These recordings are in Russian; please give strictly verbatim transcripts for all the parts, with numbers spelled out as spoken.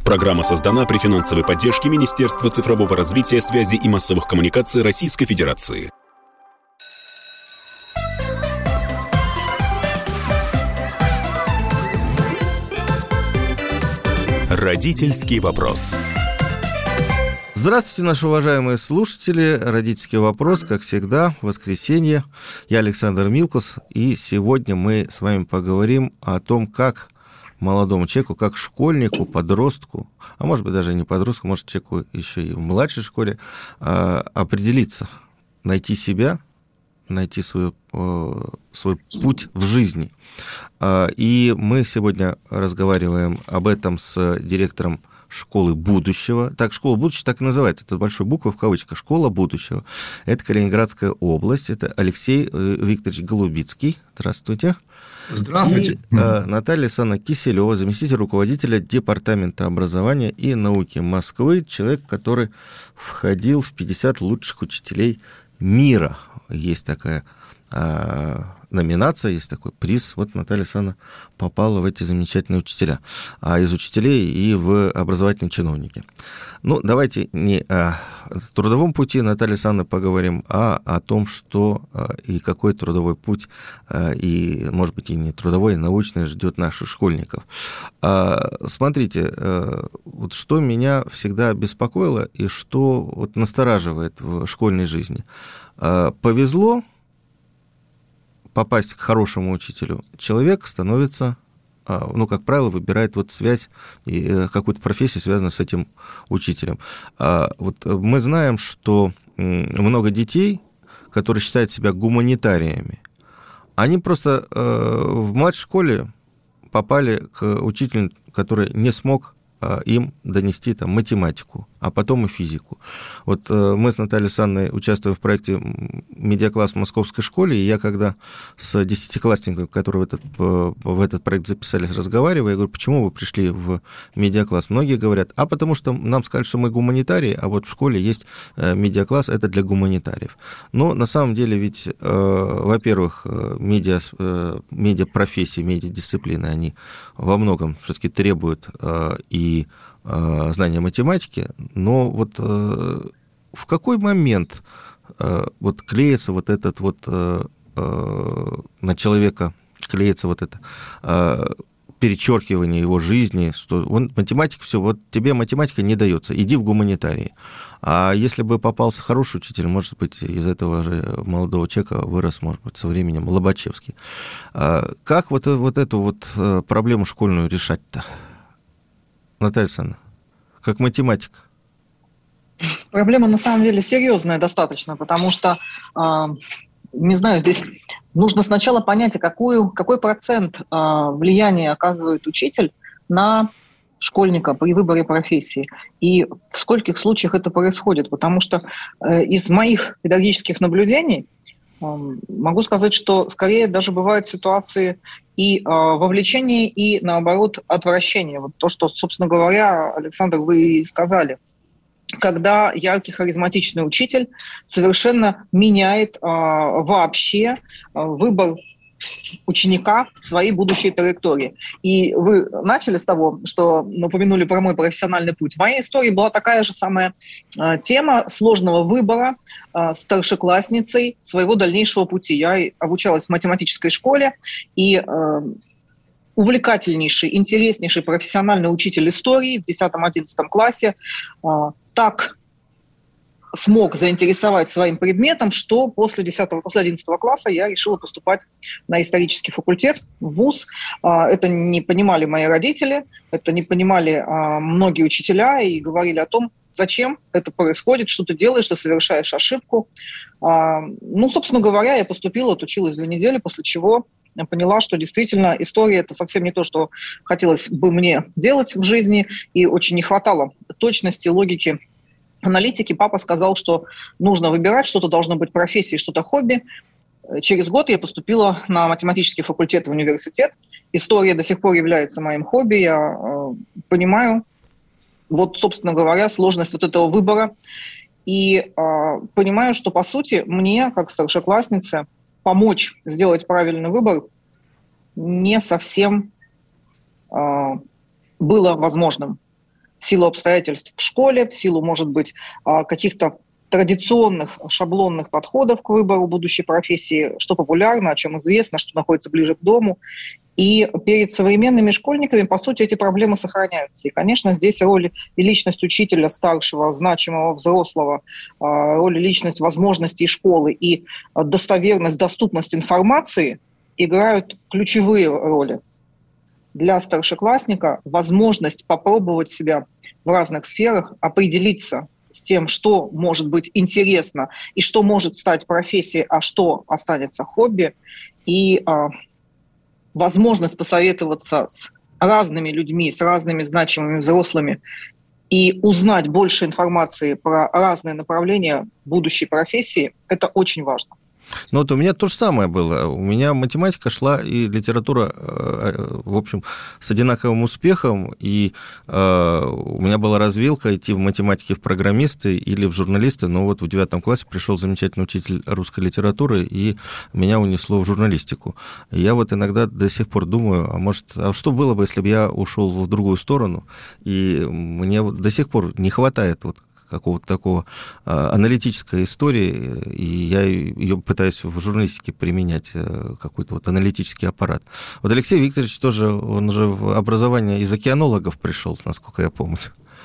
Программа создана при финансовой поддержке Министерства цифрового развития, связи и массовых коммуникаций Российской Федерации. Родительский вопрос. Здравствуйте, наши уважаемые слушатели. Родительский вопрос, как всегда, в воскресенье. Я Александр Милкус, и сегодня мы с вами поговорим о том, как молодому человеку, как школьнику, подростку, а может быть даже не подростку, может человеку еще и в младшей школе, определиться, найти себя, найти свой, свой путь в жизни. И мы сегодня разговариваем об этом с директором школы будущего. Так, школа будущего так и называется. Это большой буквы в кавычках. Школа будущего. Это Калининградская область. Это Алексей Викторович Голубицкий. Здравствуйте. Здравствуйте. И э, Наталья Александровна Киселева, заместитель руководителя Департамента образования и науки Москвы, человек, который входил в пятьдесят лучших учителей мира. Есть такая э, номинация, есть такой приз. Вот Наталья Александровна попала в эти замечательные учителя. А из учителей и в образовательные чиновники. Ну, давайте не о трудовом пути, Наталья Александровна, поговорим, а о том, что и какой трудовой путь, и, может быть, и не трудовой, а научный ждет наших школьников. Смотрите, вот что меня всегда беспокоило и что вот настораживает в школьной жизни. Повезло попасть к хорошему учителю, человек становится, ну, как правило, выбирает вот связь и какую-то профессию, связанную с этим учителем. Вот мы знаем, что много детей, которые считают себя гуманитариями, они просто в младшей школе попали к учителю, который не смог им донести там математику, а потом и физику. Вот мы с Натальей Александровной участвуем в проекте «Медиакласс в московской школе», и я когда с десятиклассниками, которые в этот, в этот проект записались, разговариваю, я говорю, почему вы пришли в медиакласс? Многие говорят, а потому что нам сказали, что мы гуманитарии, а вот в школе есть медиакласс, это для гуманитариев. Но на самом деле ведь, во-первых, медиа, медиапрофессии, медиадисциплины, они во многом все-таки требуют и и знания математики, но вот э, в какой момент э, вот клеится вот этот вот э, на человека клеится вот это э, перечеркивание его жизни, что он математик, все, вот тебе математика не дается, иди в гуманитарии. А если бы попался хороший учитель, может быть, из этого же молодого человека вырос, может быть, со временем Лобачевский. Как вот, вот эту вот проблему школьную решать-то? Наталья Александровна, как математик. Проблема на самом деле серьезная достаточно, потому что, э, не знаю, здесь нужно сначала понять, а какую, какой процент э, влияния оказывает учитель на школьника при выборе профессии и в скольких случаях это происходит. Потому что э, из моих педагогических наблюдений могу сказать, что скорее даже бывают ситуации и э, вовлечения, и, наоборот, отвращения. Вот то, что, собственно говоря, Александр, вы и сказали. Когда яркий, харизматичный учитель совершенно меняет э, вообще э, выбор ученика своей будущей траектории. И вы начали с того, что упомянули про мой профессиональный путь. В моей истории была такая же самая э, тема сложного выбора э, старшеклассницей своего дальнейшего пути. Я обучалась в математической школе, и э, увлекательнейший, интереснейший профессиональный учитель истории в десятом-одиннадцатом классе э, так смог заинтересовать своим предметом, что после десятого, после одиннадцатого класса я решила поступать на исторический факультет, в вуз. Это не понимали мои родители, это не понимали многие учителя и говорили о том, зачем это происходит, что ты делаешь, ты совершаешь ошибку. Ну, собственно говоря, я поступила, отучилась две недели, после чего я поняла, что действительно история – это совсем не то, что хотелось бы мне делать в жизни, и очень не хватало точности, логики, аналитики. Папа сказал, что нужно выбирать, что-то должно быть профессией, что-то хобби. Через год я поступила на математический факультет в университет. История до сих пор является моим хобби. Я э, понимаю, вот, собственно говоря, сложность вот этого выбора. И э, понимаю, что, по сути, мне, как старшекласснице, помочь сделать правильный выбор не совсем э, было возможным. в силу обстоятельств в школе, в силу, может быть, каких-то традиционных шаблонных подходов к выбору будущей профессии, что популярно, о чем известно, что находится ближе к дому. И перед современными школьниками, по сути, эти проблемы сохраняются. И, конечно, здесь роль и личность учителя старшего, значимого, взрослого, роль и личность возможностей школы и достоверность, доступность информации играют ключевые роли. Для старшеклассника возможность попробовать себя в разных сферах, определиться с тем, что может быть интересно и что может стать профессией, а что останется хобби, и а, возможность посоветоваться с разными людьми, с разными значимыми взрослыми и узнать больше информации про разные направления будущей профессии, это очень важно. Ну вот у меня то же самое было. У меня математика шла и литература, в общем, с одинаковым успехом, и э, у меня была развилка идти в математике в программисты или в журналисты, но вот в девятом классе пришел замечательный учитель русской литературы, и меня унесло в журналистику. И я вот иногда до сих пор думаю, а может, а что было бы, если бы я ушел в другую сторону, и мне до сих пор не хватает вот какого-то такого а, аналитической истории, и я ее пытаюсь в журналистике применять, какой-то вот аналитический аппарат. Вот Алексей Викторович тоже, он же в образование из океанологов пришел, насколько я помню.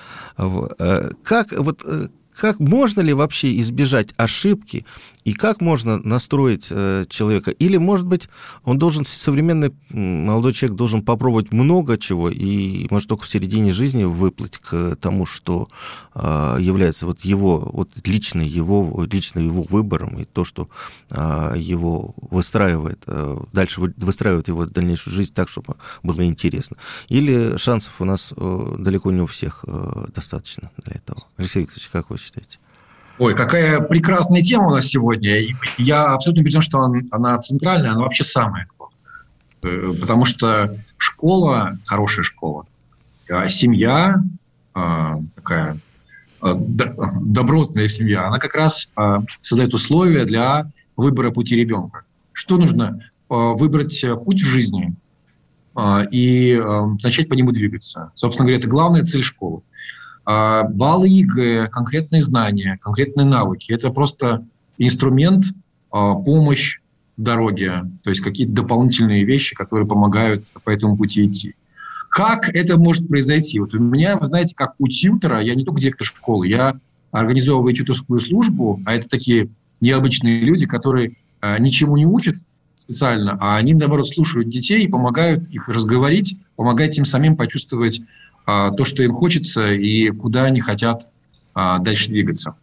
Как, вот, как можно ли вообще избежать ошибки, и как можно настроить человека? Или, может быть, он должен, современный молодой человек должен попробовать много чего, и, может, только в середине жизни выплыть к тому, что является вот его, вот личный его, личным его выбором, и то, что его выстраивает, дальше выстраивает его дальнейшую жизнь так, чтобы было интересно. Или шансов у нас далеко не у всех достаточно для этого? Алексей Викторович, как вы считаете? Ой, какая прекрасная тема у нас сегодня. Я абсолютно убежден, что она, она центральная, она вообще самая главная. Потому что школа, хорошая школа, семья, такая добротная семья, она как раз создает условия для выбора пути ребенка. Что нужно? Выбрать путь в жизни и начать по нему двигаться. Собственно говоря, это главная цель школы. Баллы ЕГЭ, конкретные знания, конкретные навыки – это просто инструмент, помощь в дороге, то есть какие-то дополнительные вещи, которые помогают по этому пути идти. Как это может произойти? Вот у меня, вы знаете, как у тьютера, я не только директор школы, я организовываю тьюторскую службу, а это такие необычные люди, которые ничему не учат специально, а они, наоборот, слушают детей и помогают их разговорить, помогают им самим почувствовать то, что им хочется, и куда они хотят а, дальше двигаться.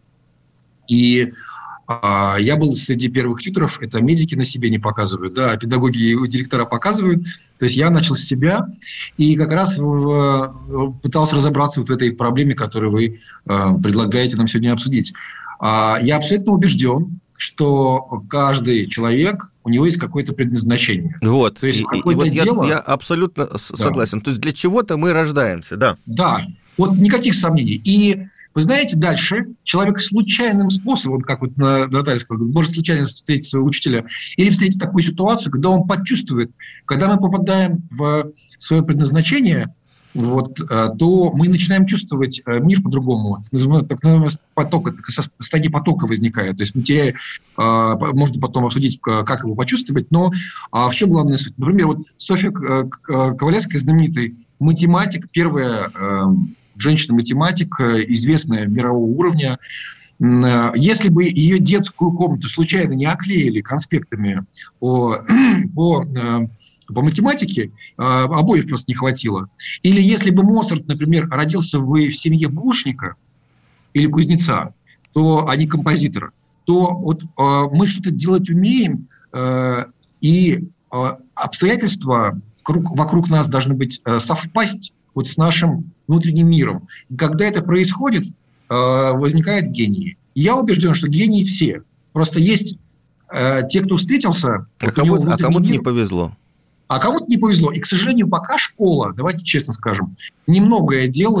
И а, я был среди первых тьюторов, это медики на себе не показывают, да, а педагоги и директора показывают. То есть я начал с себя и как раз в, пытался разобраться вот в этой проблеме, которую вы а, предлагаете нам сегодня обсудить. А, я абсолютно убежден, что каждый человек, у него есть какое-то предназначение. Вот, то есть и, какое-то и вот дело... я, я абсолютно да. согласен. То есть для чего-то мы рождаемся, да. Да, вот никаких сомнений. И вы знаете, дальше человек случайным способом, как вот Наталья сказала, может случайно встретить своего учителя, или встретить такую ситуацию, когда он почувствует, когда мы попадаем в свое предназначение, вот, то мы начинаем чувствовать мир по-другому. Так называемый поток, состояние потока возникает. То есть мы теряем, можно потом обсудить, как его почувствовать, но в чем главная суть? Например, вот Софья Ковалевская, знаменитый математик, первая женщина-математик, известная мирового уровня. Если бы ее детскую комнату случайно не оклеили конспектами по... по По математике э, обоих просто не хватило. Или если бы Моцарт, например, родился в, в семье булочника или кузнеца, то, а не композитора, то вот, э, мы что-то делать умеем, э, и э, обстоятельства круг, вокруг нас должны быть э, совпасть вот с нашим внутренним миром. И когда это происходит, э, возникают гении. И я убежден, что гении все. Просто есть э, те, кто встретился... А вот кому-то, а кому-то не повезло. А кому-то не повезло. И, к сожалению, пока школа, давайте честно скажем, немногое делает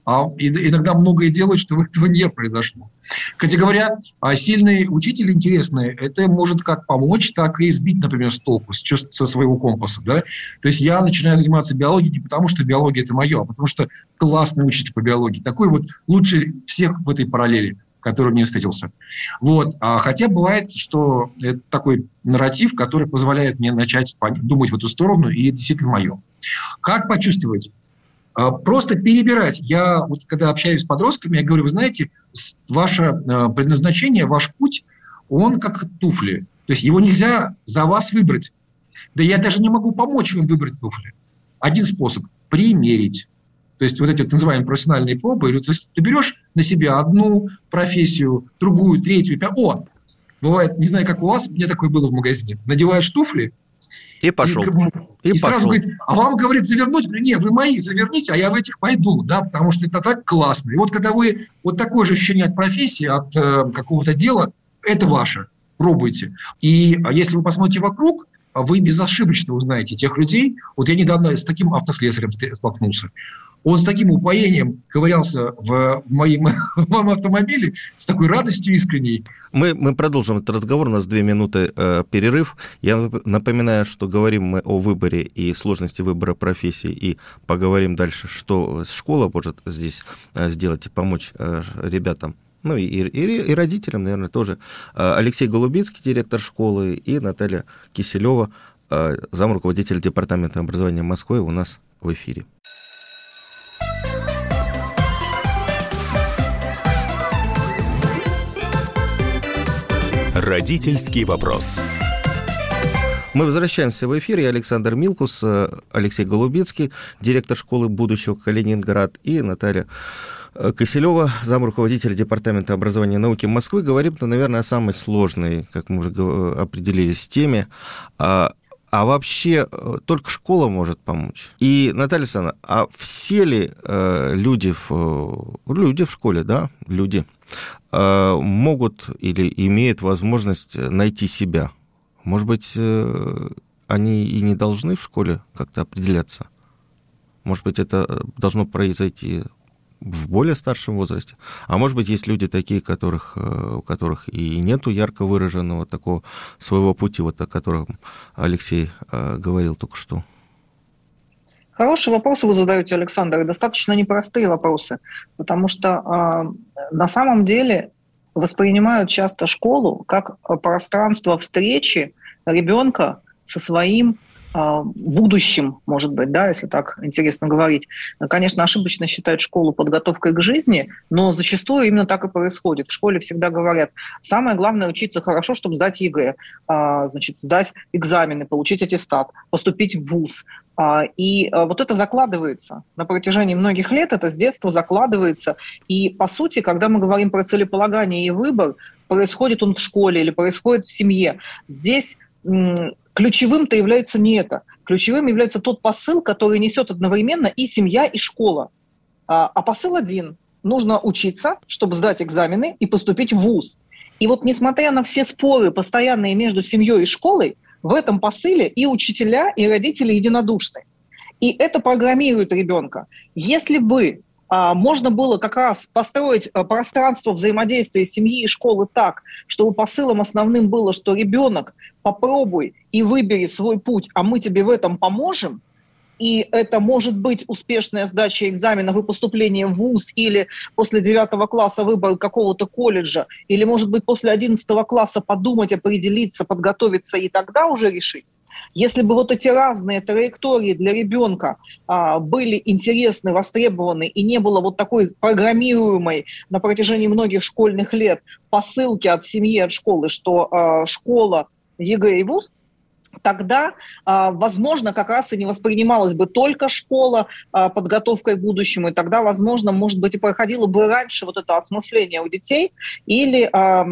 а иногда многое делают, чтобы этого не произошло. Кстати говоря, сильный учитель интересный, это может как помочь, так и сбить, например, с толку, со своего компаса. Да? То есть я начинаю заниматься биологией не потому, что биология – это мое, а потому что классный учитель по биологии. Такой вот лучший всех в этой параллели, который мне встретился. Вот. А хотя бывает, что это такой нарратив, который позволяет мне начать думать в эту сторону, и это действительно мое. Как почувствовать? Просто перебирать. Я, вот, когда общаюсь с подростками, я говорю, вы знаете, ваше предназначение, ваш путь, он как туфли. То есть его нельзя за вас выбрать. Да я даже не могу помочь вам выбрать туфли. Один способ – примерить. То есть вот эти вот называемые профессиональные пробы. То есть ты берешь на себя одну профессию, другую, третью, пятую. О, бывает, не знаю, как у вас, у меня такое было в магазине. Надеваешь туфли, И пошел. И, и, и сразу говорит, а вам, говорит, завернуть? Говорю, нет, вы мои заверните, а я в этих пойду, да, потому что это так классно. И вот когда вы вот такое же ощущение от профессии, от э, какого-то дела, это ваше, пробуйте. И если вы посмотрите вокруг, вы безошибочно узнаете тех людей. Вот я недавно с таким автослесарем столкнулся. Он с таким упоением ковырялся в моем, в моем автомобиле, с такой радостью искренней. Мы, мы продолжим этот разговор, у нас две минуты э, перерыв. Я напоминаю, что говорим мы о выборе и сложности выбора профессии, и поговорим дальше, что школа может здесь э, сделать и помочь э, ребятам. Ну и, и, и родителям, наверное, тоже. Алексей Голубицкий, директор школы, и Наталья Киселева, э, замруководитель департамента образования Москвы, у нас в эфире. Родительский вопрос. Мы возвращаемся в эфир. Я Александр Милкус, Алексей Голубицкий, директор школы будущего Калининград, и Наталья Киселева, замруководитель департамента образования и науки Москвы. Говорим, ну, наверное, о самой сложной, как мы уже определились, теме. А, а вообще только школа может помочь. И, Наталья Александровна, а все ли э, люди, в, люди в школе, да, люди, э, могут или имеют возможность найти себя? Может быть, э, они и не должны в школе как-то определяться? Может быть, это должно произойти в более старшем возрасте. А может быть, есть люди такие, которых, у которых и нету ярко выраженного такого своего пути, вот о котором Алексей говорил только что. Хорошие вопросы вы задаете, Александр, и достаточно непростые вопросы, потому что э, на самом деле воспринимают часто школу как пространство встречи ребенка со своим будущим, может быть, да, если так интересно говорить. Конечно, ошибочно считают школу подготовкой к жизни, но зачастую именно так и происходит. В школе всегда говорят, самое главное учиться хорошо, чтобы сдать ЕГЭ, значит, сдать экзамены, получить аттестат, поступить в вуз. И вот это закладывается на протяжении многих лет, это с детства закладывается. И, по сути, когда мы говорим про целеполагание и выбор, происходит он в школе или происходит в семье. Здесь ключевым-то является не это. Ключевым является тот посыл, который несет одновременно и семья, и школа. А, а посыл один. Нужно учиться, чтобы сдать экзамены и поступить в вуз. И вот несмотря на все споры, постоянные между семьей и школой, в этом посыле и учителя, и родители единодушны. И это программирует ребенка. Если бы а, можно было как раз построить а, пространство взаимодействия семьи и школы так, чтобы посылом основным было, что ребенок попробуй и выбери свой путь, а мы тебе в этом поможем, и это может быть успешная сдача экзаменов и поступление в вуз, или после девятого класса выбор какого-то колледжа, или, может быть, после одиннадцатого класса подумать, определиться, подготовиться и тогда уже решить. Если бы вот эти разные траектории для ребенка а, были интересны, востребованы, и не было вот такой программируемой на протяжении многих школьных лет посылки от семьи, от школы, что а, школа, ЕГЭ и вуз, тогда, возможно, как раз и не воспринималась бы только школа подготовкой к будущему, и тогда, возможно, может быть, и проходило бы раньше вот это осмысление у детей или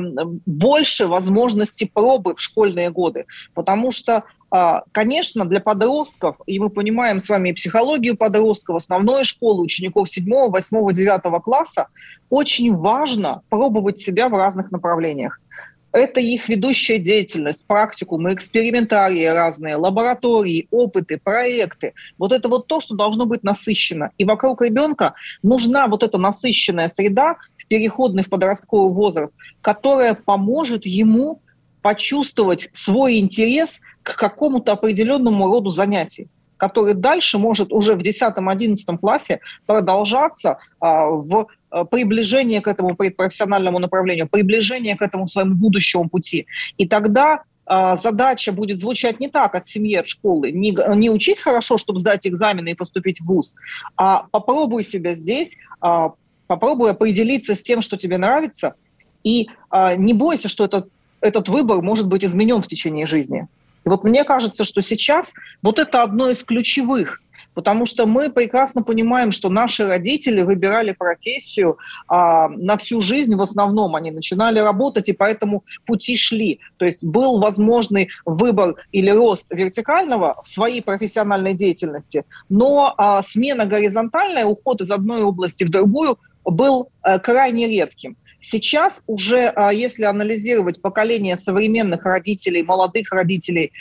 больше возможностей пробы в школьные годы. Потому что, конечно, для подростков, и мы понимаем с вами и психологию подростков, основной школы, учеников седьмого, восьмого, девятого класса, очень важно пробовать себя в разных направлениях. это их ведущая деятельность, практикумы, экспериментарии разные, лаборатории, опыты, проекты. Вот это вот то, что должно быть насыщено. И вокруг ребенка нужна вот эта насыщенная среда в переходный, в подростковый возраст, которая поможет ему почувствовать свой интерес к какому-то определенному роду занятий, который дальше может уже в десятом-одиннадцатом классе продолжаться а, в приближение к этому предпрофессиональному направлению, приближение к этому своему будущему пути. И тогда а, задача будет звучать не так от семьи, от школы. Не, не учись хорошо, чтобы сдать экзамены и поступить в вуз, а попробуй себя здесь, а, попробуй определиться с тем, что тебе нравится, и а, не бойся, что это, этот выбор может быть изменен в течение жизни. И вот мне кажется, что сейчас вот это одно из ключевых, потому что мы прекрасно понимаем, что наши родители выбирали профессию а, на всю жизнь в основном. Они начинали работать, и по этому пути шли. То есть был возможный выбор или рост вертикального в своей профессиональной деятельности, но а, смена горизонтальная, уход из одной области в другую был а, крайне редким. Сейчас уже, если анализировать поколение современных родителей, молодых родителей,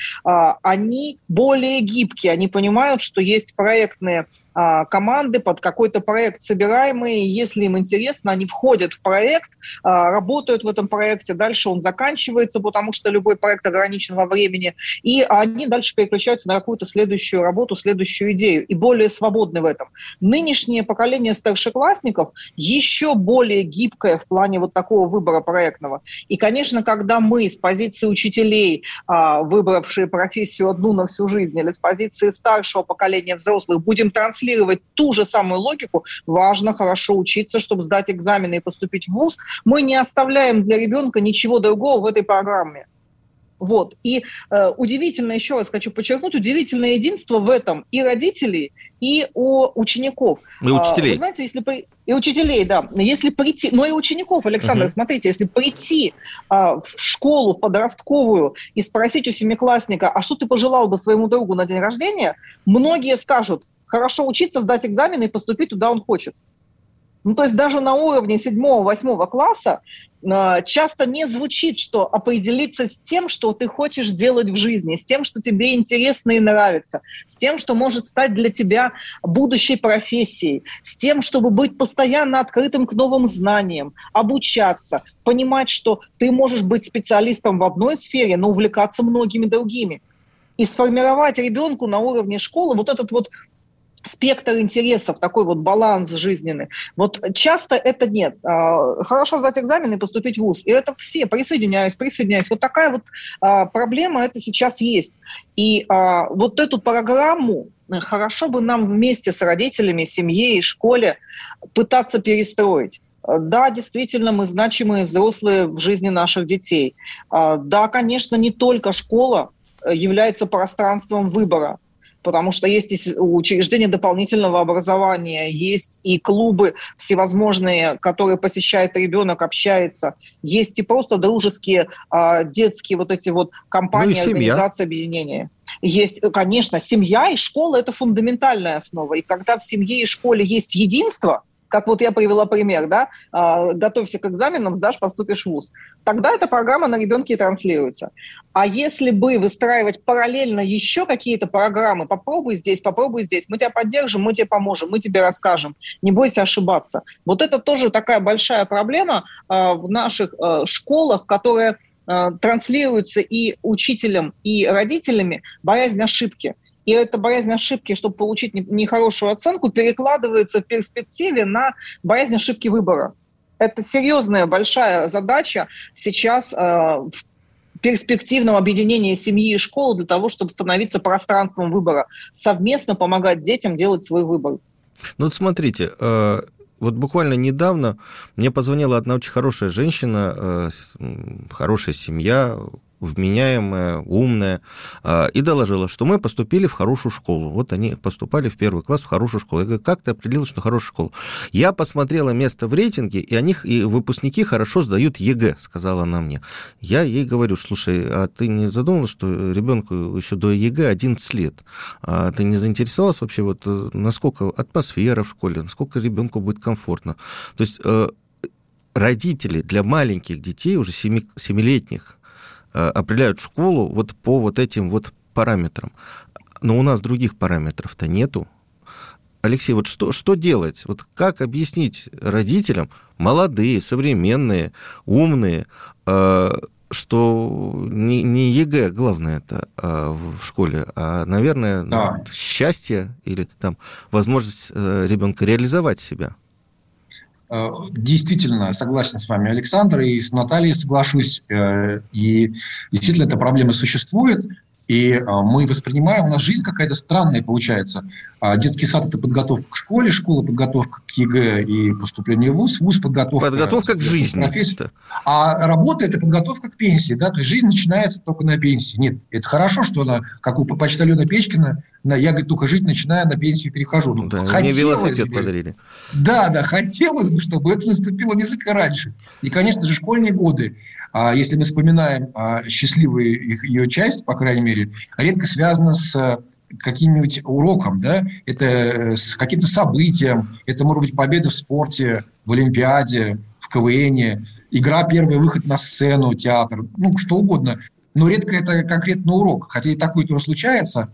они более гибкие, они понимают, что есть проектные команды, под какой-то проект собираемые, если им интересно, они входят в проект, работают в этом проекте, дальше он заканчивается, потому что любой проект ограничен во времени, и они дальше переключаются на какую-то следующую работу, следующую идею, и более свободны в этом. Нынешнее поколение старшеклассников еще более гибкое в плане вот такого выбора проектного. И, конечно, когда мы с позиции учителей, выбравшие профессию одну на всю жизнь, или с позиции старшего поколения взрослых, будем транслировать ту же самую логику, важно хорошо учиться, чтобы сдать экзамены и поступить в вуз, мы не оставляем для ребенка ничего другого в этой программе. Вот. И э, удивительно, еще раз хочу подчеркнуть, удивительное единство в этом и родителей, и у учеников. И учителей. А, вы знаете, если при... И учителей, да. Если прийти, но и учеников, Александр, uh-huh. смотрите, если прийти а, в школу, в подростковую, и спросить у семиклассника, а что ты пожелал бы своему другу на день рождения, многие скажут: хорошо учиться, сдать экзамены и поступить туда он хочет. Ну, то есть даже на уровне седьмого-восьмого класса э, часто не звучит, что определиться с тем, что ты хочешь делать в жизни, с тем, что тебе интересно и нравится, с тем, что может стать для тебя будущей профессией, с тем, чтобы быть постоянно открытым к новым знаниям, обучаться, понимать, что ты можешь быть специалистом в одной сфере, но увлекаться многими другими. И сформировать ребенку на уровне школы вот этот вот спектр интересов, такой вот баланс жизненный. Вот часто это нет. Хорошо сдать экзамен и поступить в вуз. И это все, присоединяюсь, присоединяюсь. Вот такая вот проблема это сейчас есть. И вот эту программу хорошо бы нам вместе с родителями, семьей, школе пытаться перестроить. Да, действительно, мы значимые взрослые в жизни наших детей. Да, конечно, не только школа является пространством выбора, потому что есть и учреждения дополнительного образования, есть и клубы всевозможные, которые посещает ребенок, общается, есть и просто дружеские детские вот эти вот компании, ну организации, объединения. Есть, конечно, семья и школа – это фундаментальная основа. И когда в семье и школе есть единство, как вот я привела пример, да, э, готовься к экзаменам, сдашь, поступишь в вуз. Тогда эта программа на ребенке и транслируется. А если бы выстраивать параллельно еще какие-то программы, попробуй здесь, попробуй здесь, мы тебя поддержим, мы тебе поможем, мы тебе расскажем, не бойся ошибаться. Вот это тоже такая большая проблема э, в наших э, школах, которая э, транслируется и учителям, и родителями, боязнь ошибки. И эта боязнь ошибки, чтобы получить нехорошую оценку, перекладывается в перспективе на боязнь ошибки выбора. Это серьезная, большая задача сейчас э, в перспективном объединении семьи и школы для того, чтобы становиться пространством выбора, совместно помогать детям делать свой выбор. Ну вот смотрите, э, вот буквально недавно мне позвонила одна очень хорошая женщина, э, хорошая семья, вменяемая, умная, и доложила, что мы поступили в хорошую школу. Вот они поступали в первый класс в хорошую школу. Я говорю, как ты определил, что хорошая школа? Я посмотрела место в рейтинге, и они, и выпускники хорошо сдают ЕГЭ, сказала она мне. Я ей говорю, слушай, а ты не задумалась, что ребенку еще до ЕГЭ одиннадцать лет? А ты не заинтересовалась вообще, вот, насколько атмосфера в школе, насколько ребенку будет комфортно? То есть родители для маленьких детей, уже семи, семилетних, определяют школу вот по вот этим вот параметрам. Но у нас других параметров-то нету. Алексей, вот что, что делать? Вот как объяснить родителям, молодые, современные, умные, э, что не, не ЕГЭ главное это э, в школе, а, наверное, да. ну, счастье или там возможность э, ребенка реализовать себя? Действительно, согласен с вами, Александр, и с Натальей соглашусь. И действительно, эта проблема существует. И мы воспринимаем, у нас жизнь какая-то странная получается. Детский сад – это подготовка к школе, школа – подготовка к ЕГЭ и поступлению в ВУЗ, ВУЗ – подготовка, подготовка к жизни. А работа – это подготовка к пенсии. Да? То есть жизнь начинается только на пенсии. Нет, это хорошо, что она, как у почтальона Печкина, я, говорит, только жить начинаю, на пенсию перехожу. Ну, да, мне велосипед подарили. Да, да, хотелось бы, чтобы это наступило несколько раньше. И, конечно же, школьные годы, если мы вспоминаем счастливую ее часть, по крайней мере, редко связано с каким-нибудь уроком, да, это с каким-то событием, это может быть победа в спорте, в Олимпиаде, в КВНе, игра, первый выход на сцену, театр, ну, что угодно. Но редко это конкретно урок, хотя и такое тоже случается.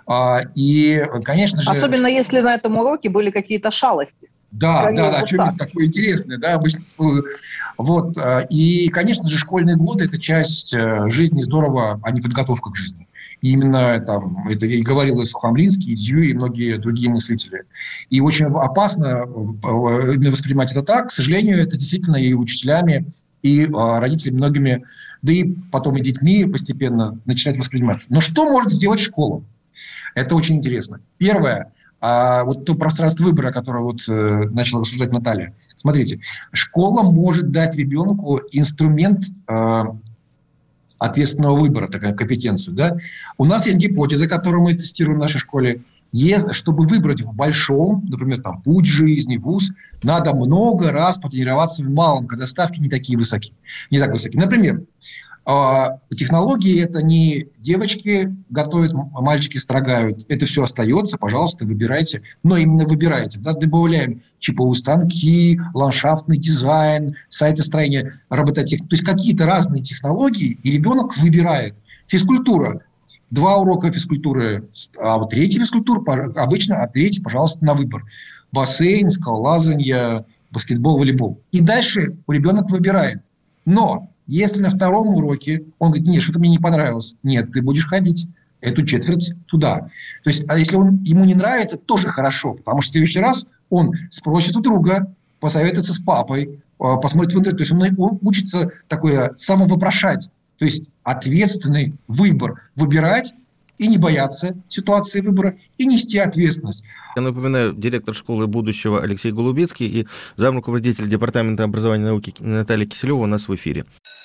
И, конечно же... Особенно если на этом уроке были какие-то шалости. Да, Скорее, да, да, вот что-нибудь такое интересное, да, обычно. Вот, и, конечно же, школьные годы – это часть жизни, здорово, а не подготовка к жизни. И именно там, это и говорил и Сухомлинский, и Дьюи, и многие другие мыслители. И очень опасно воспринимать это так. К сожалению, это действительно и учителями, и родителями многими, да и потом и детьми постепенно начинать воспринимать. Но что может сделать школа? Это очень интересно. Первое. А вот то пространство выбора, которое вот э, начала рассуждать Наталья. Смотрите, школа может дать ребенку инструмент э, ответственного выбора, такая компетенцию. Да? У нас есть гипотеза, которую мы тестируем в нашей школе. Есть, чтобы выбрать в большом, например, там, путь жизни, вуз, надо много раз потренироваться в малом, когда ставки не такие высоки. Не так высоки. Например, технологии – это не девочки готовят, мальчики строгают. Это все остается, пожалуйста, выбирайте. Но именно выбирайте. Да, добавляем чиповые станки, ландшафтный дизайн, сайтостроение, робототехника. То есть какие-то разные технологии, и ребенок выбирает. Физкультура. Два урока физкультуры, а вот третий физкультура обычно, а третий, пожалуйста, на выбор. Бассейн, скалолазанье, баскетбол, волейбол. И дальше ребенок выбирает. Но если на втором уроке он говорит, нет, что-то мне не понравилось. Нет, ты будешь ходить эту четверть туда. То есть, а если он, ему не нравится, тоже хорошо. Потому что в следующий раз он спросит у друга, посоветуется с папой, посмотрит в интернет. То есть, он, он учится такое самовопрошать. То есть, ответственный выбор. Выбирать и не бояться ситуации выбора, и нести ответственность. Я напоминаю, директор школы будущего Алексей Голубецкий и замруководитель департамента образования и науки Наталья Киселева у нас в эфире.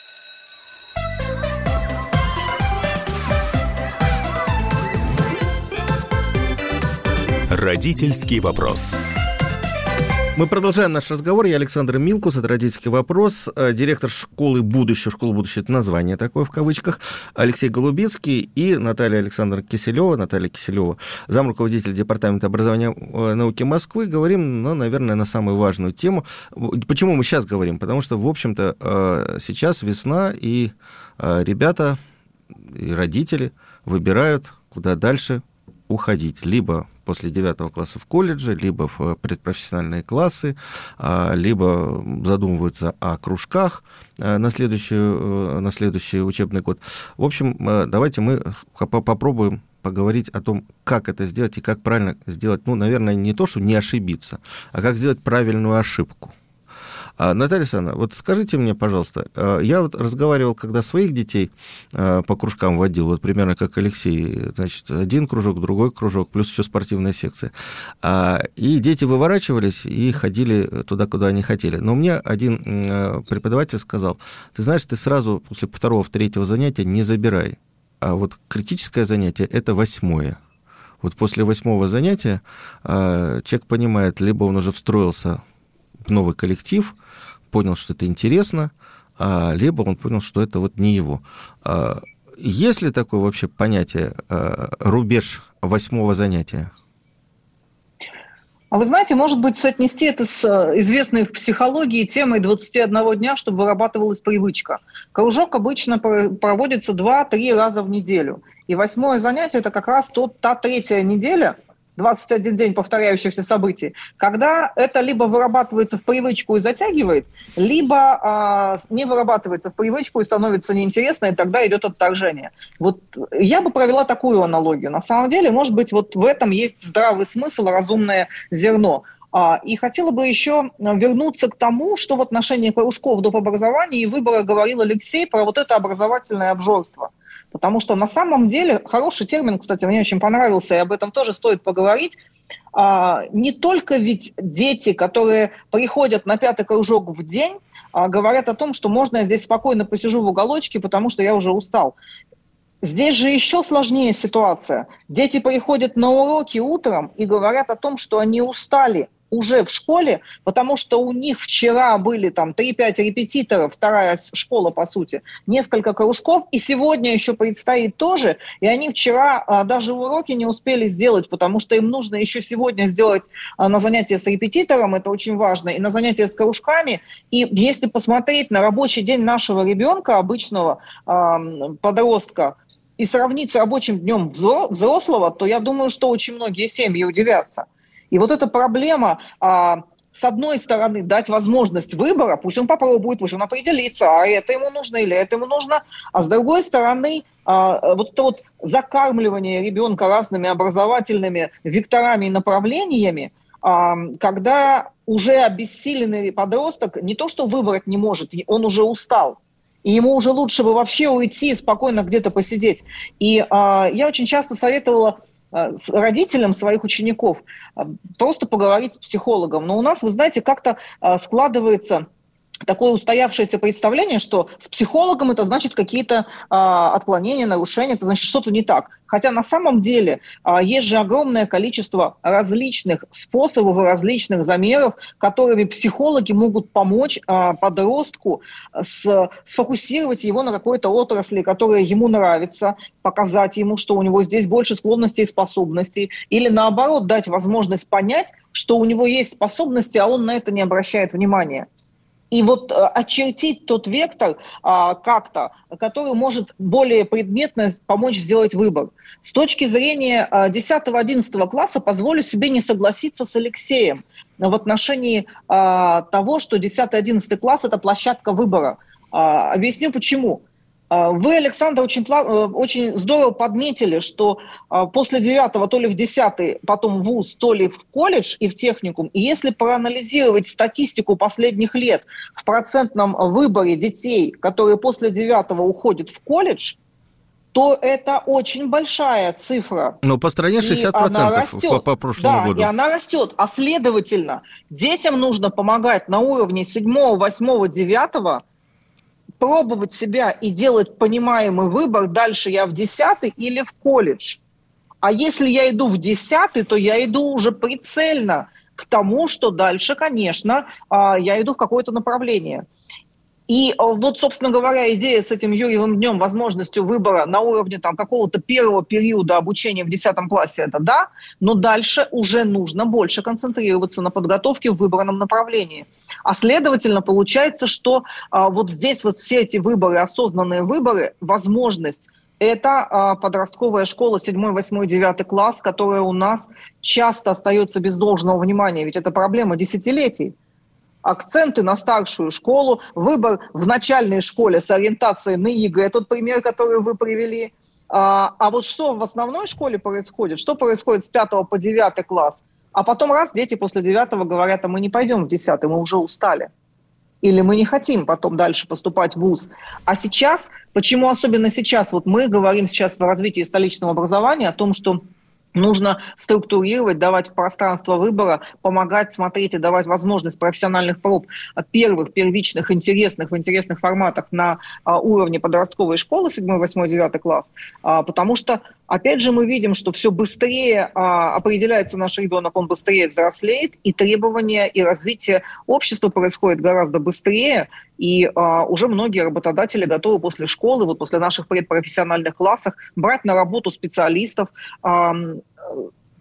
Родительский вопрос. Мы продолжаем наш разговор. Я Александр Милкус, это «Родительский вопрос», директор школы будущего. Школа будущего – это название такое в кавычках. Алексей Голубецкий и Наталья Александровна Киселева. Наталья Киселева, замруководитель департамента образования и науки Москвы. Говорим, ну, наверное, на самую важную тему. Почему мы сейчас говорим? Потому что, в общем-то, сейчас весна, и ребята, и родители выбирают, куда дальше уходить. Либо после девятого класса в колледже, либо в предпрофессиональные классы, либо задумываются о кружках на следующий, на следующий учебный год. В общем, давайте мы попробуем поговорить о том, как это сделать и как правильно сделать, ну, наверное, не то, что не ошибиться, а как сделать правильную ошибку. Наталья Александровна, вот скажите мне, пожалуйста, я вот разговаривал, когда своих детей по кружкам водил, вот примерно как Алексей, значит, один кружок, другой кружок, плюс еще спортивная секция, и дети выворачивались и ходили туда, куда они хотели. Но мне один преподаватель сказал, ты знаешь, ты сразу после второго, третьего занятия не забирай, а вот критическое занятие – это восьмое. Вот после восьмого занятия человек понимает, либо он уже встроился в новый коллектив, понял, что это интересно, либо он понял, что это вот не его. Есть ли такое вообще понятие рубеж восьмого занятия? А вы знаете, может быть, соотнести это с известной в психологии темой двадцати одного дня, чтобы вырабатывалась привычка. Кружок обычно проводится два-три раза в неделю. И восьмое занятие – это как раз тот, та третья неделя, двадцать один день повторяющихся событий, когда это либо вырабатывается в привычку и затягивает, либо а, не вырабатывается в привычку и становится неинтересно, и тогда идет отторжение. Вот я бы провела такую аналогию. На самом деле, может быть, вот в этом есть здравый смысл, разумное зерно. А, и хотела бы еще вернуться к тому, что в отношении кружков доп. Образования и выбора говорил Алексей про вот это образовательное обжорство. Потому что на самом деле, хороший термин, кстати, мне очень понравился, и об этом тоже стоит поговорить, а, не только ведь дети, которые приходят на пятый кружок в день, а, говорят о том, что можно я здесь спокойно посижу в уголочке, потому что я уже устал. Здесь же еще сложнее ситуация. Дети приходят на уроки утром и говорят о том, что они устали уже в школе, потому что у них вчера были там три-пять репетиторов, вторая школа, по сути, несколько кружков, и сегодня еще предстоит тоже, и они вчера а, даже уроки не успели сделать, потому что им нужно еще сегодня сделать а, на занятия с репетитором, это очень важно, и на занятия с кружками, и если посмотреть на рабочий день нашего ребенка, обычного а, подростка, и сравнить с рабочим днем взрослого, то я думаю, что очень многие семьи удивятся. И вот эта проблема, а, с одной стороны, дать возможность выбора, пусть он попробует, пусть он определится, а это ему нужно или это ему нужно, а с другой стороны, а, вот это вот закармливание ребенка разными образовательными векторами и направлениями, а, когда уже обессиленный подросток не то что выбрать не может, он уже устал. И ему уже лучше бы вообще уйти и спокойно где-то посидеть. И а, я очень часто советовала с родителям своих учеников просто поговорить с психологом. Но у нас, вы знаете, как-то складывается такое устоявшееся представление, что с психологом это значит какие-то а, отклонения, нарушения, это значит что-то не так. Хотя на самом деле а, есть же огромное количество различных способов и различных замеров, которыми психологи могут помочь а, подростку с, сфокусировать его на какой-то отрасли, которая ему нравится, показать ему, что у него здесь больше склонностей и способностей, или наоборот дать возможность понять, что у него есть способности, а он на это не обращает внимания. И вот а, очертить тот вектор а, как-то, который может более предметно помочь сделать выбор. С точки зрения а, десятого-одиннадцатого класса позволю себе не согласиться с Алексеем в отношении а, того, что десятый-одиннадцатый класс – это площадка выбора. А, объясню почему. Вы, Александр, очень, очень здорово подметили, что после девятого то ли в десятый, потом в вуз, то ли в колледж и в техникум. И если проанализировать статистику последних лет в процентном выборе детей, которые после девятого уходят в колледж, то это очень большая цифра. Но по стране шестьдесят процентов по, по прошлому да, году. Да, и она растет. А следовательно, детям нужно помогать на уровне седьмого, восьмого, девятого, пробовать себя и делать понимаемый выбор, дальше я в десятый или в колледж. А если я иду в десятый, то я иду уже прицельно к тому, что дальше, конечно, я иду в какое-то направление. И вот, собственно говоря, идея с этим Юрьевым днем, возможностью выбора на уровне там, какого-то первого периода обучения в десятом классе, это да, но дальше уже нужно больше концентрироваться на подготовке в выбранном направлении. А следовательно, получается, что а, вот здесь вот все эти выборы, осознанные выборы, возможность, это а, подростковая школа седьмой, восьмой, девятый класс, которая у нас часто остается без должного внимания, ведь это проблема десятилетий. Акценты на старшую школу, выбор в начальной школе с ориентацией на ЕГЭ, тот пример, который вы привели. А, а вот что в основной школе происходит? Что происходит с пятого по девятый класс? А потом раз дети после девятого говорят, а мы не пойдем в десятый, мы уже устали. Или мы не хотим потом дальше поступать в вуз. А сейчас, почему особенно сейчас? Вот мы говорим сейчас в развитии столичного образования о том, что нужно структурировать, давать пространство выбора, помогать смотреть и давать возможность профессиональных проб первых, первичных, интересных, в интересных форматах на а, уровне подростковой школы седьмой, восьмой, девятый класс. А, потому что, опять же, мы видим, что все быстрее а, определяется наш ребенок, он быстрее взрослеет, и требования и развитие общества происходит гораздо быстрее, и а, уже многие работодатели готовы после школы, вот после наших предпрофессиональных классов, брать на работу специалистов, а,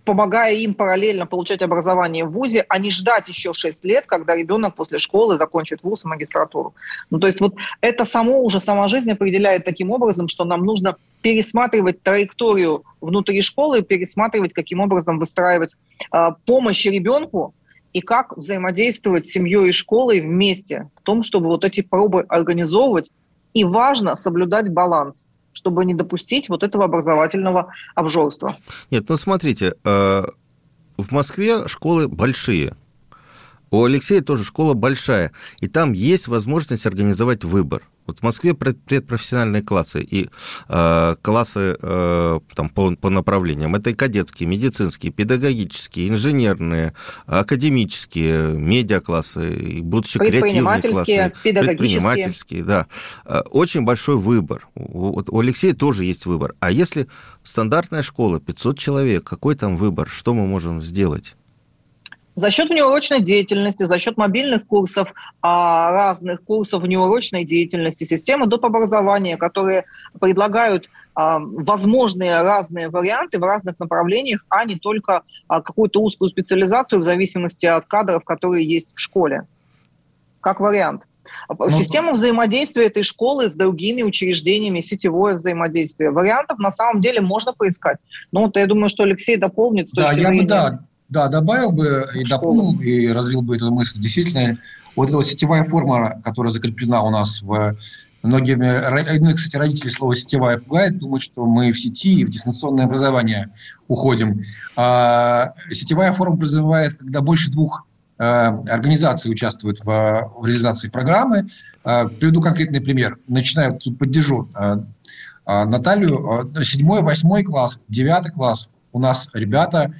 помогая им параллельно получать образование в вузе, а не ждать еще шесть лет, когда ребенок после школы закончит вуз и магистратуру. Ну, то есть вот это само уже, сама жизнь определяет таким образом, что нам нужно пересматривать траекторию внутри школы, пересматривать, каким образом выстраивать э, помощь ребенку и как взаимодействовать с семьей и школой вместе в том, чтобы вот эти пробы организовывать. И важно соблюдать баланс, чтобы не допустить вот этого образовательного обжорства. Нет, ну смотрите, в Москве школы большие. У Алексея тоже школа большая, и там есть возможность организовать выбор. Вот в Москве предпрофессиональные классы, и э, классы э, там, по, по направлениям. Это и кадетские, медицинские, педагогические, инженерные, академические, медиаклассы, и будущие креативные классы. Предпринимательские, да. Очень большой выбор. Вот у Алексея тоже есть выбор. А если стандартная школа, пятьсот человек, какой там выбор? Что мы можем сделать? За счет внеурочной деятельности, за счет мобильных курсов, разных курсов внеурочной деятельности, системы доп. Образования, которые предлагают возможные разные варианты в разных направлениях, а не только какую-то узкую специализацию в зависимости от кадров, которые есть в школе. Как вариант. Ну, система взаимодействия этой школы с другими учреждениями, сетевое взаимодействие. Вариантов на самом деле можно поискать. Но вот я думаю, что Алексей дополнит. С да, точки я зрения... бы, да. Да, добавил бы и дополнил, и развил бы эту мысль. Действительно, вот эта вот сетевая форма, которая закреплена у нас в многими... Ну, кстати, родители слово «сетевая» пугает, думают, что мы в сети и в дистанционное образование уходим. А сетевая форма подразумевает, когда больше двух а, организаций участвуют в, в реализации программы. А, приведу конкретный пример. Начинаю, тут поддержу а, а, Наталью. Седьмой, восьмой класс, девятый класс у нас ребята...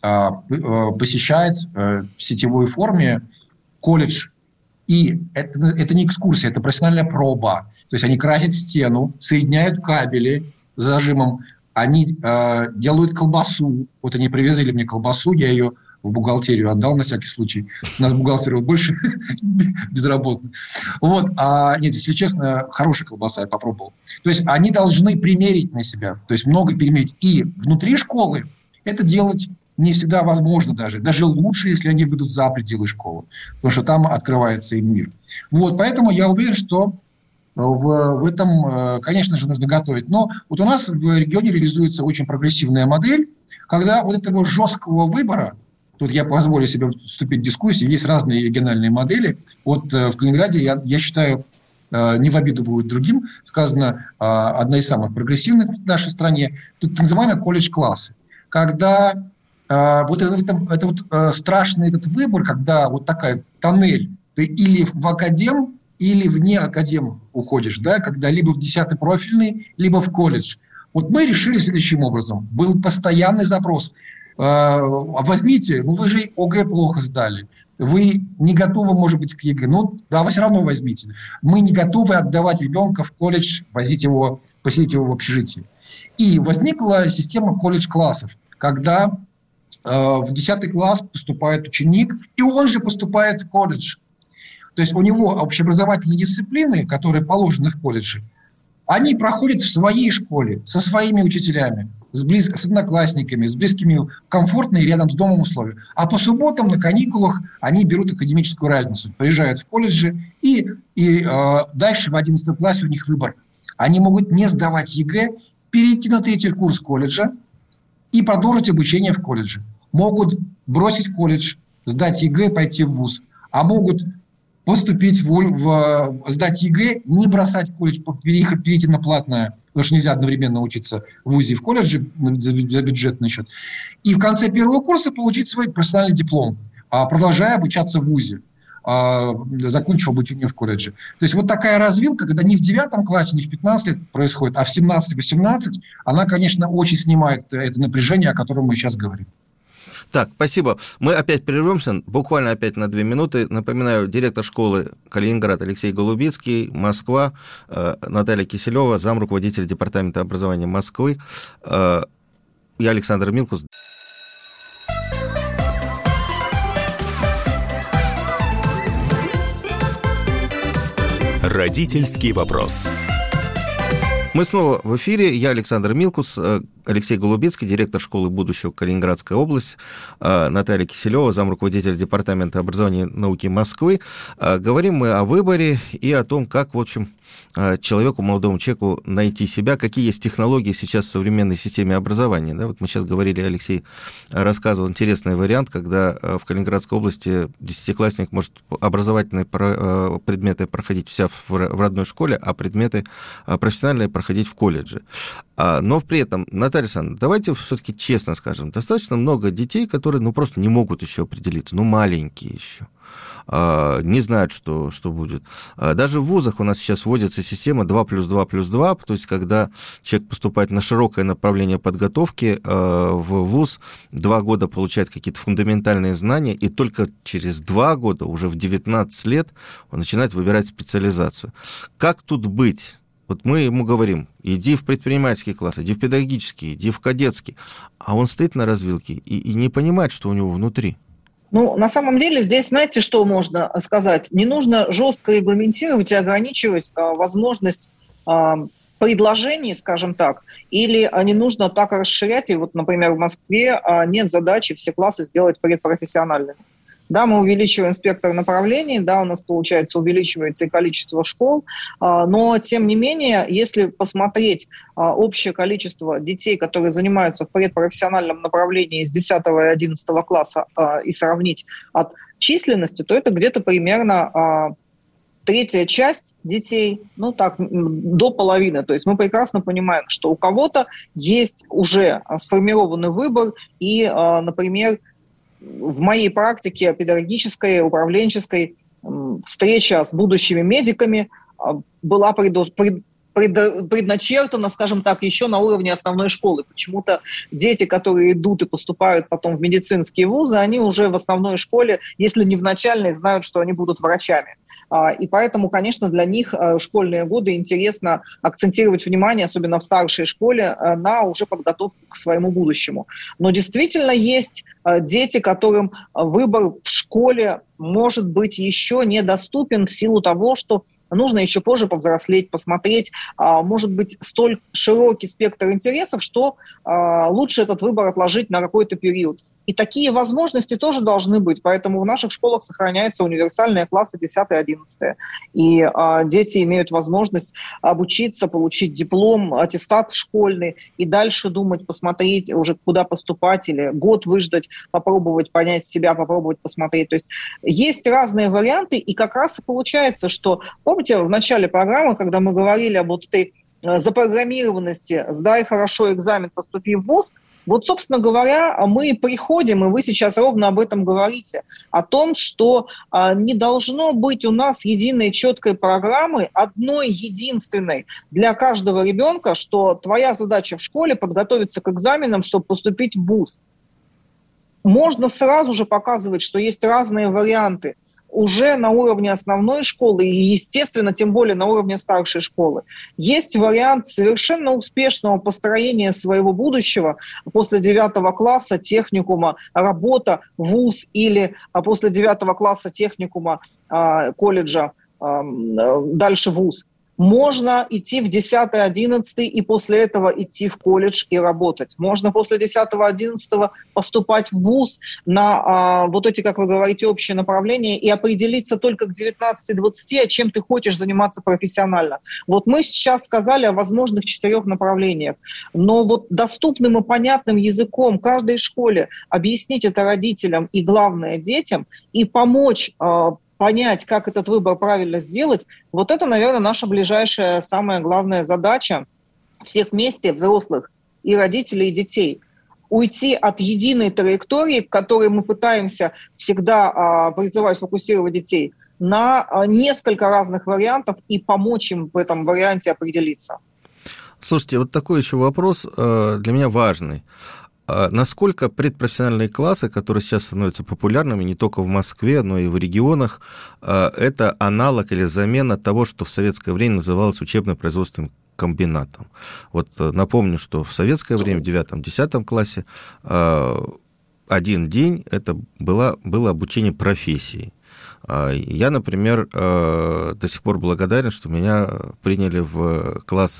посещает в сетевой форме колледж. И это, это не экскурсия, это профессиональная проба. То есть они красят стену, соединяют кабели с зажимом, они э, делают колбасу. Вот они привезли мне колбасу, я ее в бухгалтерию отдал на всякий случай. У нас бухгалтерия больше безработных. Вот. А нет, если честно, хорошая колбаса, я попробовал. То есть они должны примерить на себя, то есть много примерить. И внутри школы это делать не всегда возможно даже. Даже лучше, если они выйдут за пределы школы. Потому что там открывается им мир. Вот, поэтому я уверен, что в, в этом, конечно же, нужно готовить. Но вот у нас в регионе реализуется очень прогрессивная модель, когда вот этого жесткого выбора, тут я позволю себе вступить в дискуссию, есть разные региональные модели. Вот в Калининграде, я, я считаю, не в обиду будет другим, сказано, одна из самых прогрессивных в нашей стране, тут так называемые колледж-классы. Когда вот это, это, это вот э, страшный этот выбор, когда вот такая тоннель, ты или в академ, или вне академ уходишь, да, когда либо в десятый профильный, либо в колледж. Вот мы решили следующим образом. Был постоянный запрос. Э, возьмите, ну вы же ОГЭ плохо сдали, вы не готовы, может быть, к ЕГЭ. Ну да, вы все равно возьмите. Мы не готовы отдавать ребенка в колледж, возить его, поселить его в общежитии. И возникла система колледж-классов, когда в десятый класс поступает ученик, и он же поступает в колледж. То есть у него общеобразовательные дисциплины, которые положены в колледже, они проходят в своей школе, со своими учителями, с, близ... с одноклассниками, с близкими, комфортно и рядом с домом условия. А по субботам на каникулах они берут академическую разницу, приезжают в колледжи, и, и э, дальше в одиннадцатом классе у них выбор. Они могут не сдавать ЕГЭ, перейти на третий курс колледжа и продолжить обучение в колледже. Могут бросить колледж, сдать ЕГЭ, пойти в вуз. А могут поступить в, в сдать ЕГЭ, не бросать колледж, переехать, перейти на платное, потому что нельзя одновременно учиться в вузе и в колледже за, за бюджетный счет. И в конце первого курса получить свой профессиональный диплом, продолжая обучаться в вузе, закончив обучение в колледже. То есть вот такая развилка, когда не в девятом классе, не в пятнадцать лет происходит, а в семнадцать-восемнадцать, она, конечно, очень снимает это напряжение, о котором мы сейчас говорим. Так, спасибо. Мы опять прервемся, буквально опять на две минуты. Напоминаю, директор школы Калининград Алексей Голубицкий, Москва, Наталья Киселева, замруководитель департамента образования Москвы. Я Александр Милкус. Родительский вопрос. Мы снова в эфире. Я Александр Милкус. Алексей Голубицкий, директор школы будущего Калининградская область, Наталья Киселева, замруководитель департамента образования и науки Москвы. Говорим мы о выборе и о том, как, в общем, человеку, молодому человеку найти себя, какие есть технологии сейчас в современной системе образования. Да, вот мы сейчас говорили, Алексей рассказывал интересный вариант, когда в Калининградской области десятиклассник может образовательные предметы проходить вся в родной школе, а предметы профессиональные проходить в колледже. Но при этом, Наталья Александровна, давайте все-таки честно скажем, достаточно много детей, которые ну, просто не могут еще определиться, ну, маленькие еще, не знают, что, что будет. Даже в вузах у нас сейчас вводится система два плюс два плюс два, то есть когда человек поступает на широкое направление подготовки в вуз, два года получает какие-то фундаментальные знания, и только через два года, уже в девятнадцать лет, он начинает выбирать специализацию. Как тут быть? Вот мы ему говорим, иди в предпринимательский класс, иди в педагогический, иди в кадетский, а он стоит на развилке и, и не понимает, что у него внутри. Ну, на самом деле, здесь, знаете, что можно сказать? Не нужно жестко регламентировать и ограничивать а, возможность а, предложений, скажем так, или а, не нужно так расширять. И вот, например, в Москве а, нет задачи все классы сделать предпрофессиональными. Да, мы увеличиваем спектр направлений, да, у нас, получается, увеличивается и количество школ, но, тем не менее, если посмотреть общее количество детей, которые занимаются в предпрофессиональном направлении с десятого и одиннадцатого класса, и сравнить от численности, то это где-то примерно третья часть детей, ну так, до половины. То есть мы прекрасно понимаем, что у кого-то есть уже сформированный выбор, и, например, в моей практике педагогической, управленческой встреча с будущими медиками была предо, пред, пред, предначертана, скажем так, еще на уровне основной школы. Почему-то дети, которые идут и поступают потом в медицинские вузы, они уже в основной школе, если не в начальной, знают, что они будут врачами. И поэтому, конечно, для них школьные годы интересно акцентировать внимание, особенно в старшей школе, на уже подготовку к своему будущему. Но действительно есть дети, которым выбор в школе может быть еще недоступен в силу того, что нужно еще позже повзрослеть, посмотреть. Может быть, столь широкий спектр интересов, что лучше этот выбор отложить на какой-то период. И такие возможности тоже должны быть. Поэтому в наших школах сохраняются универсальные классы десятый и одиннадцатый. И а, дети имеют возможность обучиться, получить диплом, аттестат школьный, и дальше думать, посмотреть уже, куда поступать, или год выждать, попробовать понять себя, попробовать посмотреть. То есть есть разные варианты, и как раз и получается, что, помните, в начале программы, когда мы говорили об вот этой запрограммированности «сдай хорошо экзамен, поступи в вуз», вот, собственно говоря, мы приходим, и вы сейчас ровно об этом говорите, о том, что а, не должно быть у нас единой четкой программы, одной единственной для каждого ребенка, что твоя задача в школе подготовиться к экзаменам, чтобы поступить в вуз. Можно сразу же показывать, что есть разные варианты уже на уровне основной школы и, естественно, тем более на уровне старшей школы. Есть вариант совершенно успешного построения своего будущего после девятого класса техникума, работа, вуз, или после девятого класса техникума, колледжа, дальше вуз. Можно идти в десятый, одиннадцатый и после этого идти в колледж и работать. Можно после десятого, одиннадцатого поступать в вуз на а, вот эти, как вы говорите, общие направления и определиться только к девятнадцати-двадцати, а чем ты хочешь заниматься профессионально. Вот мы сейчас сказали о возможных четырех направлениях, но вот доступным и понятным языком каждой школе объяснить это родителям и, главное, детям, и помочь а, понять, как этот выбор правильно сделать, вот это, наверное, наша ближайшая, самая главная задача всех вместе, взрослых и родителей, и детей. Уйти от единой траектории, к которой мы пытаемся всегда а, призывать, фокусировать детей, на а, несколько разных вариантов и помочь им в этом варианте определиться. Слушайте, вот такой еще вопрос э, для меня важный. Насколько предпрофессиональные классы, которые сейчас становятся популярными не только в Москве, но и в регионах, это аналог или замена того, что в советское время называлось учебно-производственным комбинатом? Вот напомню, что в советское время, в девятом-десятом классе, один день это было, было обучение профессии. Я, например, до сих пор благодарен, что меня приняли в класс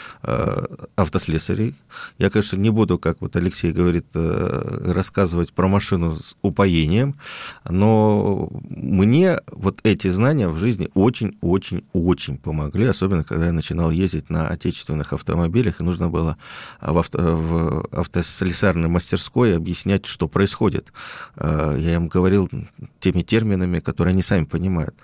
автослесарей. Я, конечно, не буду, как вот Алексей говорит, рассказывать про машину с упоением, но мне вот эти знания в жизни очень-очень-очень помогли, особенно когда я начинал ездить на отечественных автомобилях, и нужно было в, авто, в автослесарной мастерской объяснять, что происходит. Я им говорил теми терминами, которые они сами понимают.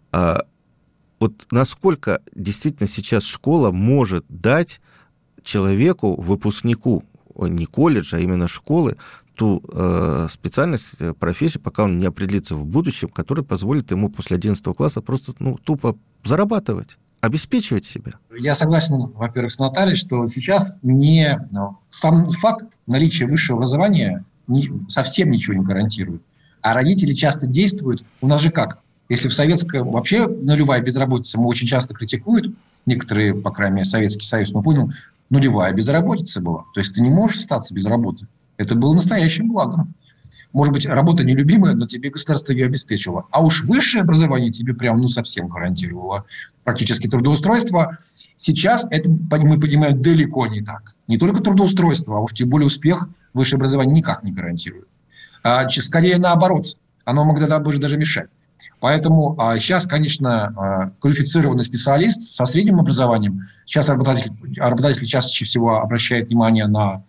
А вот насколько действительно сейчас школа может дать человеку, выпускнику не колледжа, а именно школы, ту э, специальность, профессию, пока он не определится в будущем, которая позволит ему после одиннадцатого класса просто ну, тупо зарабатывать, обеспечивать себя? Я согласен, во-первых, с Натальей, что сейчас не, ну, сам факт наличия высшего образования не, совсем ничего не гарантирует. А родители часто действуют, у нас же как, если в советском вообще нулевая безработица, мы очень часто критикуют, некоторые, по крайней мере, Советский Союз, мы понял, нулевая безработица была. То есть ты не можешь остаться без работы. Это было настоящим благом. Может быть, работа нелюбимая, но тебе государство ее обеспечило. А уж высшее образование тебе прям ну, совсем гарантировало практически трудоустройство. Сейчас это, мы понимаем, далеко не так. Не только трудоустройство, а уж тем более успех высшее образование никак не гарантирует. А, скорее наоборот, оно могло даже мешать. Поэтому а, сейчас, конечно, а, квалифицированный специалист со средним образованием, сейчас работодатель, работодатель чаще всего обращает внимание на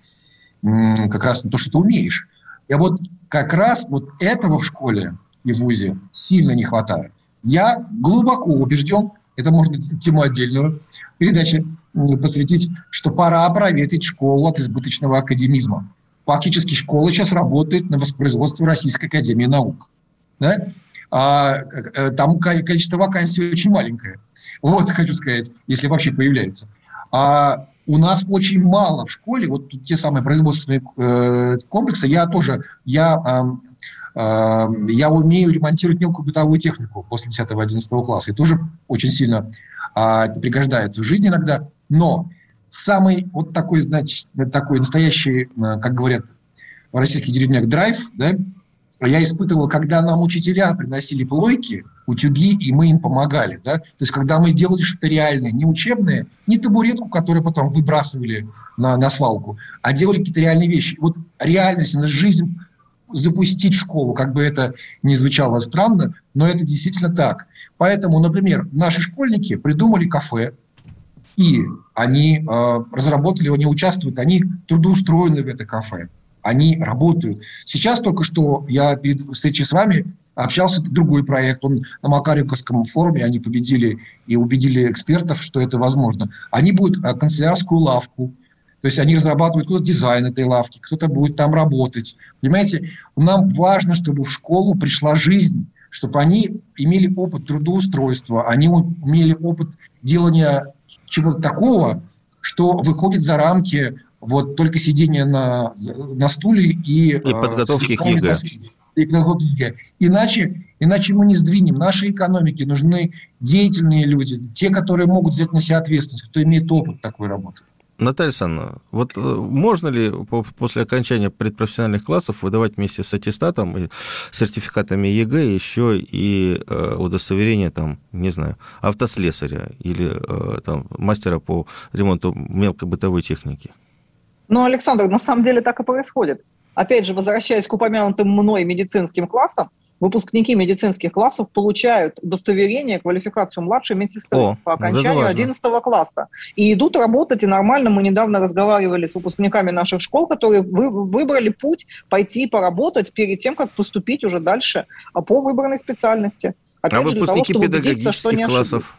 м, как раз на то, что ты умеешь. И вот как раз вот этого в школе и в вузе сильно не хватает. Я глубоко убежден, это можно тему отдельную передачи посвятить, что пора проветрить школу от избыточного академизма. Фактически школа сейчас работает на воспроизводство Российской академии наук. Да? А, там количество вакансий очень маленькое. Вот, хочу сказать, если вообще появляется. А у нас очень мало в школе, вот те самые производственные э, комплексы, я тоже, я, э, э, я умею ремонтировать мелкую бытовую технику после десятого-одиннадцатого класса, и тоже очень сильно э, пригождается в жизни иногда, но самый вот такой, значит, такой настоящий, как говорят в российских деревнях, драйв, да, я испытывал, когда нам учителя приносили плойки, утюги, и мы им помогали. Да? То есть, когда мы делали что-то реальное, не учебное, не табуретку, которую потом выбрасывали на, на свалку, а делали какие-то реальные вещи. Вот реальность, жизнь запустить в школу, как бы это ни звучало странно, но это действительно так. Поэтому, например, наши школьники придумали кафе, и они э, разработали, они участвуют, они трудоустроены в это кафе. Они работают. Сейчас только что я перед встречей с вами общался, другой проект, он на Макаренковском форуме, они победили и убедили экспертов, что это возможно. Они будут канцелярскую лавку, то есть они разрабатывают кто-то дизайн этой лавки, кто-то будет там работать. Понимаете, нам важно, чтобы в школу пришла жизнь, чтобы они имели опыт трудоустройства, они имели опыт делания чего-то такого, что выходит за рамки вот только сидение на, на стуле и... И подготовки к ЕГЭ. И подготовки к ЕГЭ. Иначе, иначе мы не сдвинем. Нашей экономике нужны деятельные люди, те, которые могут взять на себя ответственность, кто имеет опыт такой работы. Наталья Александровна, вот можно ли после окончания предпрофессиональных классов выдавать вместе с аттестатом и сертификатами ЕГЭ еще и э, удостоверение, там, не знаю, автослесаря или э, там, мастера по ремонту мелкой бытовой техники? Ну, Александр, на самом деле так и происходит. Опять же, возвращаясь к упомянутым мной медицинским классам, выпускники медицинских классов получают удостоверение, квалификацию младшей медсестры О, по окончанию одиннадцатого класса. И идут работать, и нормально. Мы недавно разговаривали с выпускниками наших школ, которые вы, выбрали путь пойти поработать перед тем, как поступить уже дальше по выбранной специальности. Опять а же, выпускники для того, педагогических что не классов?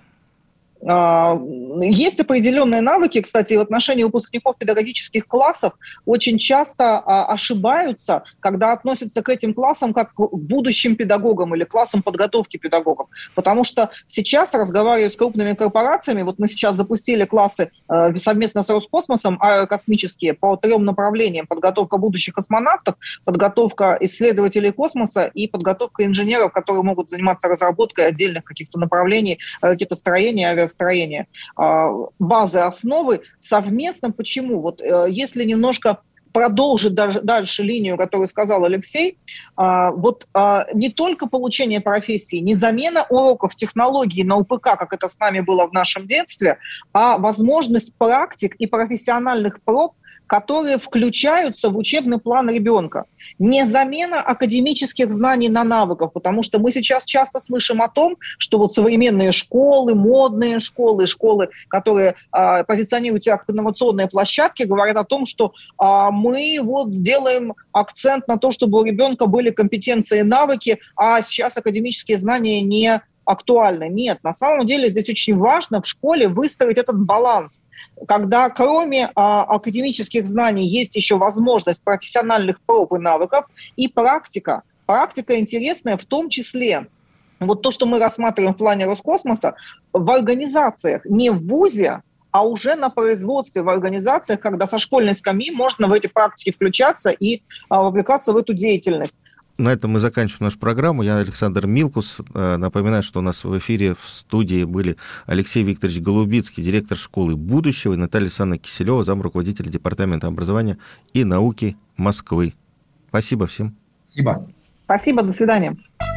Есть определенные навыки, кстати, в отношении выпускников педагогических классов очень часто ошибаются, когда относятся к этим классам как к будущим педагогам или классам подготовки педагогов. Потому что сейчас, разговаривая с крупными корпорациями, вот мы сейчас запустили классы совместно с Роскосмосом аэрокосмические по трем направлениям: подготовка будущих космонавтов, подготовка исследователей космоса и подготовка инженеров, которые могут заниматься разработкой отдельных каких-то направлений ракетостроения, авиастроения. Строения, базы, основы совместно. Почему? Вот если немножко продолжить даже дальше линию, которую сказал Алексей, вот не только получение профессии, не замена уроков технологий на УПК, как это с нами было в нашем детстве, а возможность практик и профессиональных проб, которые включаются в учебный план ребенка. Не замена академических знаний на навыков, потому что мы сейчас часто слышим о том, что вот современные школы, модные школы, школы, которые а, позиционируют себя как инновационные площадки, говорят о том, что а, мы вот делаем акцент на то, чтобы у ребенка были компетенции и навыки, а сейчас академические знания не актуально. Нет, на самом деле здесь очень важно в школе выстроить этот баланс, когда кроме а, академических знаний есть еще возможность профессиональных проб и навыков и практика. Практика интересная в том числе, вот то, что мы рассматриваем в плане Роскосмоса, в организациях, не в вузе, а уже на производстве, в организациях, когда со школьной скамьи можно в эти практики включаться и а, вовлекаться в эту деятельность. На этом мы заканчиваем нашу программу. Я Александр Милкус. Напоминаю, что у нас в эфире в студии были Алексей Викторович Голубицкий, директор школы будущего, и Наталья Александровна Киселева, замруководитель Департамента образования и науки Москвы. Спасибо всем. Спасибо. Спасибо, до свидания.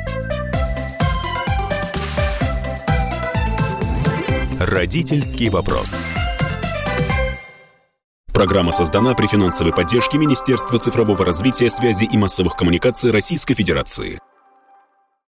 Родительский вопрос. Программа создана при финансовой поддержке Министерства цифрового развития, связи и массовых коммуникаций Российской Федерации.